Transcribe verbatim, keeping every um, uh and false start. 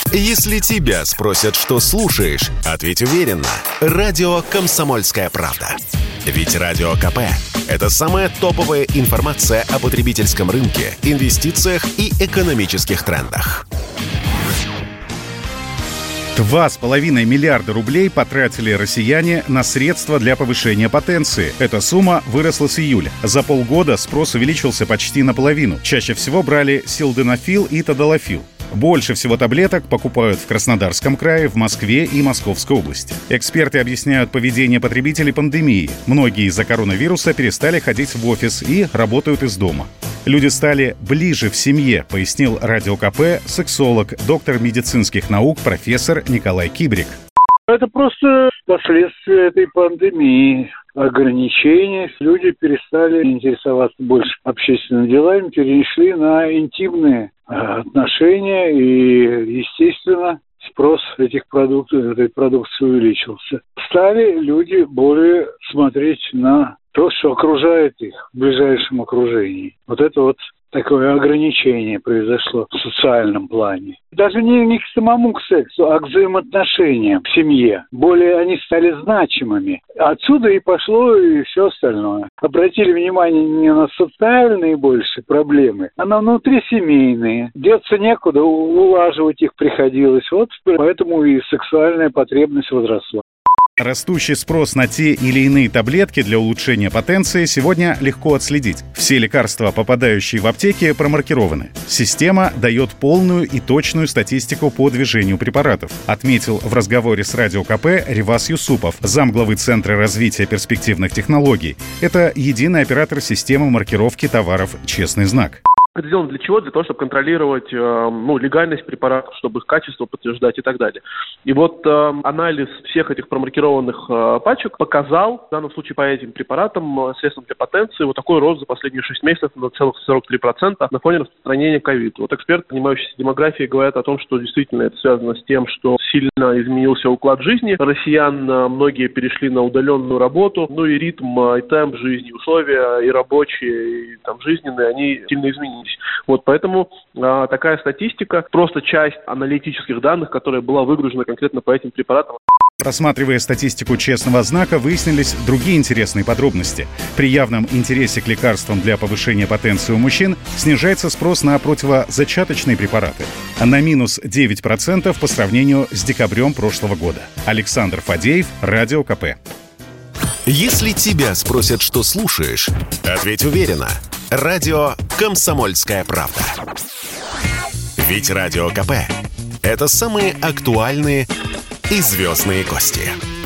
Если тебя спросят, что слушаешь, ответь уверенно. Радио «Комсомольская правда». Ведь Радио КП – это самая топовая информация о потребительском рынке, инвестициях и экономических трендах. Два с половиной миллиарда рублей потратили россияне на средства для повышения потенции. Эта сумма выросла с июля. За полгода спрос увеличился почти наполовину. Чаще всего брали силденафил и тадалафил. Больше всего таблеток покупают в Краснодарском крае, в Москве и Московской области. Эксперты объясняют поведение потребителей пандемией. Многие из-за коронавируса перестали ходить в офис и работают из дома. Люди стали ближе в семье, пояснил Радио КП сексолог, доктор медицинских наук, профессор Николай Кибрик. Это просто последствия этой пандемии, ограничений. Люди перестали интересоваться больше общественными делами, перешли на интимные отношения, и, естественно, спрос этих продуктов, этой продукции увеличился. Стали люди более смотреть на то, что окружает их в ближайшем окружении. Вот это вот такое ограничение произошло в социальном плане. Даже не, не к самому к сексу, а к взаимоотношениям в семье. Более они стали значимыми. Отсюда и пошло и все остальное. Обратили внимание не на социальные больше проблемы, а на внутрисемейные. Деться некуда, улаживать их приходилось. Вот поэтому и сексуальная потребность возросла. Растущий спрос на те или иные таблетки для улучшения потенции сегодня легко отследить. Все лекарства, попадающие в аптеки, промаркированы. Система дает полную и точную статистику по движению препаратов, отметил в разговоре с Радио КП Ривас Юсупов, замглавы Центра развития перспективных технологий. Это единый оператор системы маркировки товаров «Честный знак». Это сделано для чего? Для того, чтобы контролировать э, ну, легальность препаратов, чтобы их качество подтверждать и так далее. И вот э, анализ всех этих промаркированных э, пачек показал, в данном случае по этим препаратам, э, средствам для потенции, вот такой рост за последние шесть месяцев на целых сорок три процента на фоне распространения ковид. Вот эксперты, занимающиеся демографией, говорят о том, что действительно это связано с тем, что сильно изменился уклад жизни россиян, многие перешли на удаленную работу, ну и ритм, и темп жизни, условия и рабочие, и там жизненные, они сильно изменились. Вот поэтому а, такая статистика, просто часть аналитических данных, которая была выгружена конкретно по этим препаратам. Просматривая статистику «Честного знака», выяснились другие интересные подробности. При явном интересе к лекарствам для повышения потенции у мужчин снижается спрос на противозачаточные препараты, на минус девять процентов по сравнению с декабрем прошлого года. Александр Фадеев, Радио КП. Если тебя спросят, что слушаешь, ответь уверенно. Радио «Комсомольская правда». Ведь Радио КП – это самые актуальные и звездные гости.